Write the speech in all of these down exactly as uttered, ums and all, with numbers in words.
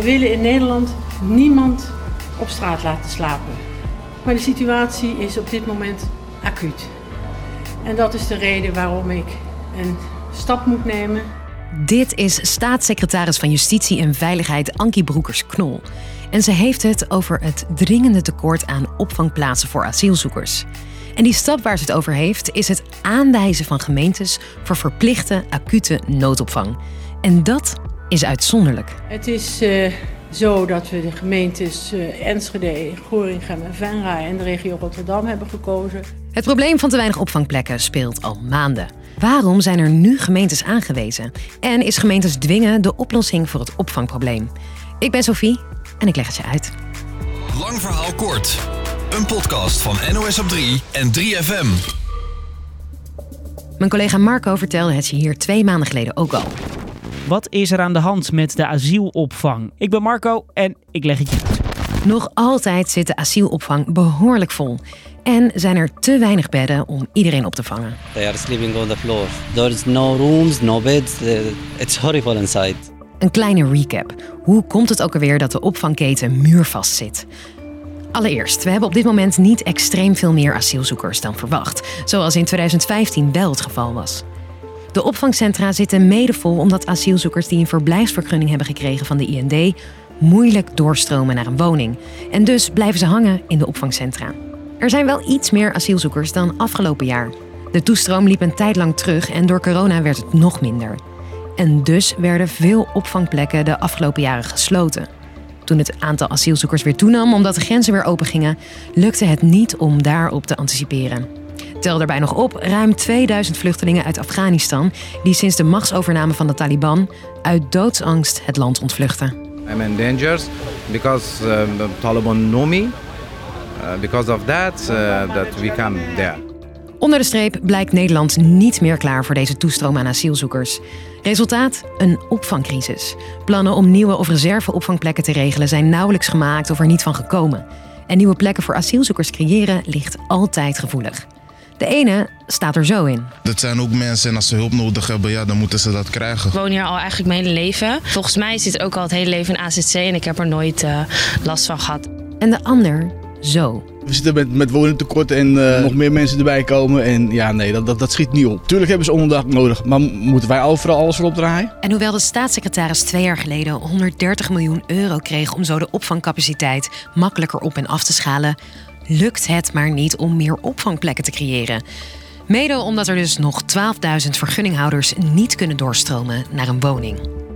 We willen in Nederland niemand op straat laten slapen. Maar de situatie is op dit moment acuut. En dat is de reden waarom ik een stap moet nemen. Dit is staatssecretaris van Justitie en Veiligheid Ankie Broekers-Knol. En ze heeft het over het dringende tekort aan opvangplaatsen voor asielzoekers. En die stap waar ze het over heeft is het aanwijzen van gemeentes voor verplichte acute noodopvang. En dat is uitzonderlijk. Het is uh, zo dat we de gemeentes uh, Enschede, Gorinchem en Venray en de regio Rotterdam hebben gekozen. Het probleem van te weinig opvangplekken speelt al maanden. Waarom zijn er nu gemeentes aangewezen? En is gemeentes dwingen de oplossing voor het opvangprobleem? Ik ben Sophie en ik leg het je uit. Lang verhaal kort. Een podcast van N O S op drie en drie F M. Mijn collega Marco vertelde het je hier twee maanden geleden ook al. Wat is er aan de hand met de asielopvang? Ik ben Marco en ik leg het je uit. Nog altijd zit de asielopvang behoorlijk vol. En zijn er te weinig bedden om iedereen op te vangen. They are sleeping on the floor. There is no rooms, no beds. It's horrible inside. Een kleine recap. Hoe komt het ook alweer dat de opvangketen muurvast zit? Allereerst, we hebben op dit moment niet extreem veel meer asielzoekers dan verwacht. Zoals in twintig vijftien wel het geval was. De opvangcentra zitten mede vol omdat asielzoekers die een verblijfsvergunning hebben gekregen van de I N D moeilijk doorstromen naar een woning. En dus blijven ze hangen in de opvangcentra. Er zijn wel iets meer asielzoekers dan afgelopen jaar. De toestroom liep een tijd lang terug en door corona werd het nog minder. En dus werden veel opvangplekken de afgelopen jaren gesloten. Toen het aantal asielzoekers weer toenam omdat de grenzen weer open gingen, lukte het niet om daarop te anticiperen. Tel daarbij nog op ruim tweeduizend vluchtelingen uit Afghanistan die sinds de machtsovername van de Taliban uit doodsangst het land ontvluchten. I'm in danger because uh, the Taliban know me. Uh, because of that, uh, that we come there. Onder de streep blijkt Nederland niet meer klaar voor deze toestroom aan asielzoekers. Resultaat? Een opvangcrisis. Plannen om nieuwe of reserveopvangplekken te regelen zijn nauwelijks gemaakt of er niet van gekomen. En nieuwe plekken voor asielzoekers creëren ligt altijd gevoelig. De ene staat er zo in. Dat zijn ook mensen en als ze hulp nodig hebben, ja, dan moeten ze dat krijgen. Ik woon hier al eigenlijk mijn hele leven. Volgens mij zit ook al het hele leven in A Z C en ik heb er nooit uh, last van gehad. En de ander zo. We zitten met, met woningtekort en uh, nog meer mensen erbij komen. En ja, nee, dat, dat, dat schiet niet op. Tuurlijk hebben ze onderdak nodig, maar moeten wij overal alles erop draaien? En hoewel de staatssecretaris twee jaar geleden honderddertig miljoen euro kreeg om zo de opvangcapaciteit makkelijker op en af te schalen, lukt het maar niet om meer opvangplekken te creëren. Mede omdat er dus nog twaalfduizend vergunninghouders niet kunnen doorstromen naar een woning.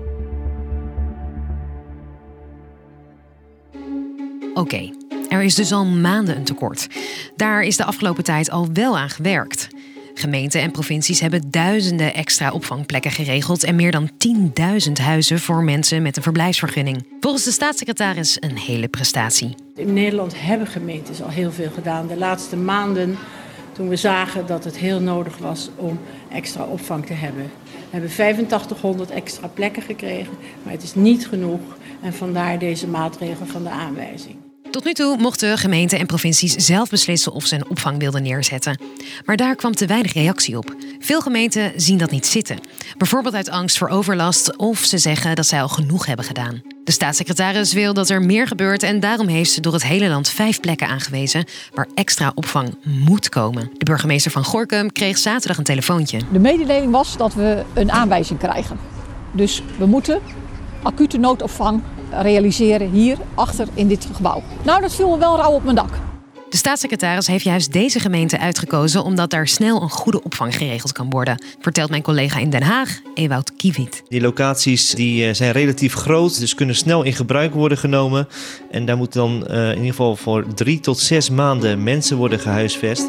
Oké. Okay. Er is dus al maanden een tekort. Daar is de afgelopen tijd al wel aan gewerkt. Gemeenten en provincies hebben duizenden extra opvangplekken geregeld en meer dan tienduizend huizen voor mensen met een verblijfsvergunning. Volgens de staatssecretaris een hele prestatie. In Nederland hebben gemeentes al heel veel gedaan. De laatste maanden, toen we zagen dat het heel nodig was om extra opvang te hebben. We hebben vijfentachtighonderd extra plekken gekregen, maar het is niet genoeg. En vandaar deze maatregel van de aanwijzing. Tot nu toe mochten gemeenten en provincies zelf beslissen of ze een opvang wilden neerzetten. Maar daar kwam te weinig reactie op. Veel gemeenten zien dat niet zitten. Bijvoorbeeld uit angst voor overlast of ze zeggen dat zij al genoeg hebben gedaan. De staatssecretaris wil dat er meer gebeurt en daarom heeft ze door het hele land vijf plekken aangewezen waar extra opvang moet komen. De burgemeester van Gorinchem kreeg zaterdag een telefoontje. De mededeling was dat we een aanwijzing krijgen. Dus we moeten acute noodopvang realiseren hier achter in dit gebouw. Nou, dat viel me wel rauw op mijn dak. De staatssecretaris heeft juist deze gemeente uitgekozen omdat daar snel een goede opvang geregeld kan worden, vertelt mijn collega in Den Haag, Ewout Kiewiet. Die locaties die zijn relatief groot, dus kunnen snel in gebruik worden genomen. En daar moeten dan uh, in ieder geval voor drie tot zes maanden mensen worden gehuisvest.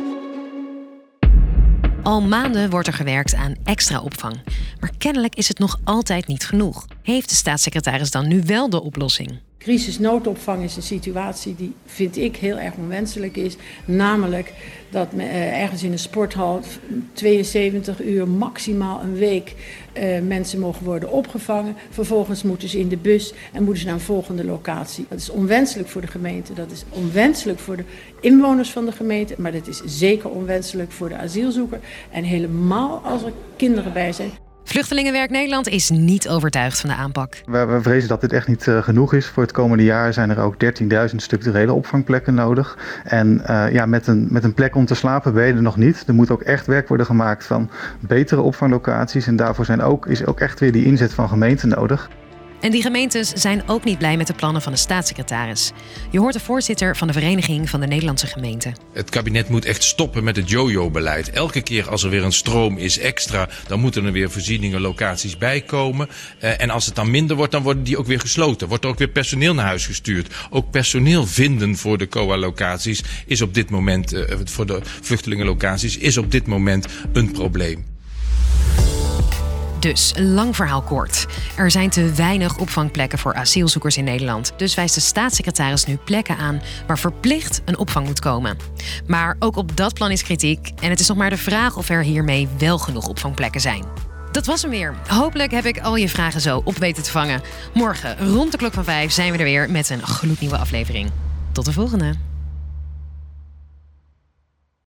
Al maanden wordt er gewerkt aan extra opvang. Maar kennelijk is het nog altijd niet genoeg. Heeft de staatssecretaris dan nu wel de oplossing? Crisisnoodopvang is een situatie die, vind ik, heel erg onwenselijk is. Namelijk dat uh, ergens in een sporthal tweeënzeventig uur, maximaal een week, uh, mensen mogen worden opgevangen. Vervolgens moeten ze in de bus en moeten ze naar een volgende locatie. Dat is onwenselijk voor de gemeente, dat is onwenselijk voor de inwoners van de gemeente, maar dat is zeker onwenselijk voor de asielzoeker. En helemaal als er kinderen bij zijn. Vluchtelingenwerk Nederland is niet overtuigd van de aanpak. We, we vrezen dat dit echt niet uh, genoeg is. Voor het komende jaar zijn er ook dertienduizend structurele opvangplekken nodig. En uh, ja, met een, met een plek om te slapen ben je er nog niet. Er moet ook echt werk worden gemaakt van betere opvanglocaties. En daarvoor zijn ook, is ook echt weer die inzet van gemeenten nodig. En die gemeentes zijn ook niet blij met de plannen van de staatssecretaris. Je hoort de voorzitter van de Vereniging van de Nederlandse Gemeenten. Het kabinet moet echt stoppen met het jojo-beleid. Elke keer als er weer een stroom is extra, dan moeten er weer voorzieningen, locaties bij komen. Uh, en als het dan minder wordt, dan worden die ook weer gesloten. Wordt er ook weer personeel naar huis gestuurd. Ook personeel vinden voor de C O A-locaties is op dit moment, uh, voor de vluchtelingenlocaties, is op dit moment een probleem. Dus, lang verhaal kort. Er zijn te weinig opvangplekken voor asielzoekers in Nederland. Dus wijst de staatssecretaris nu plekken aan waar verplicht een opvang moet komen. Maar ook op dat plan is kritiek. En het is nog maar de vraag of er hiermee wel genoeg opvangplekken zijn. Dat was hem weer. Hopelijk heb ik al je vragen zo op weten te vangen. Morgen rond de klok van vijf zijn we er weer met een gloednieuwe aflevering. Tot de volgende.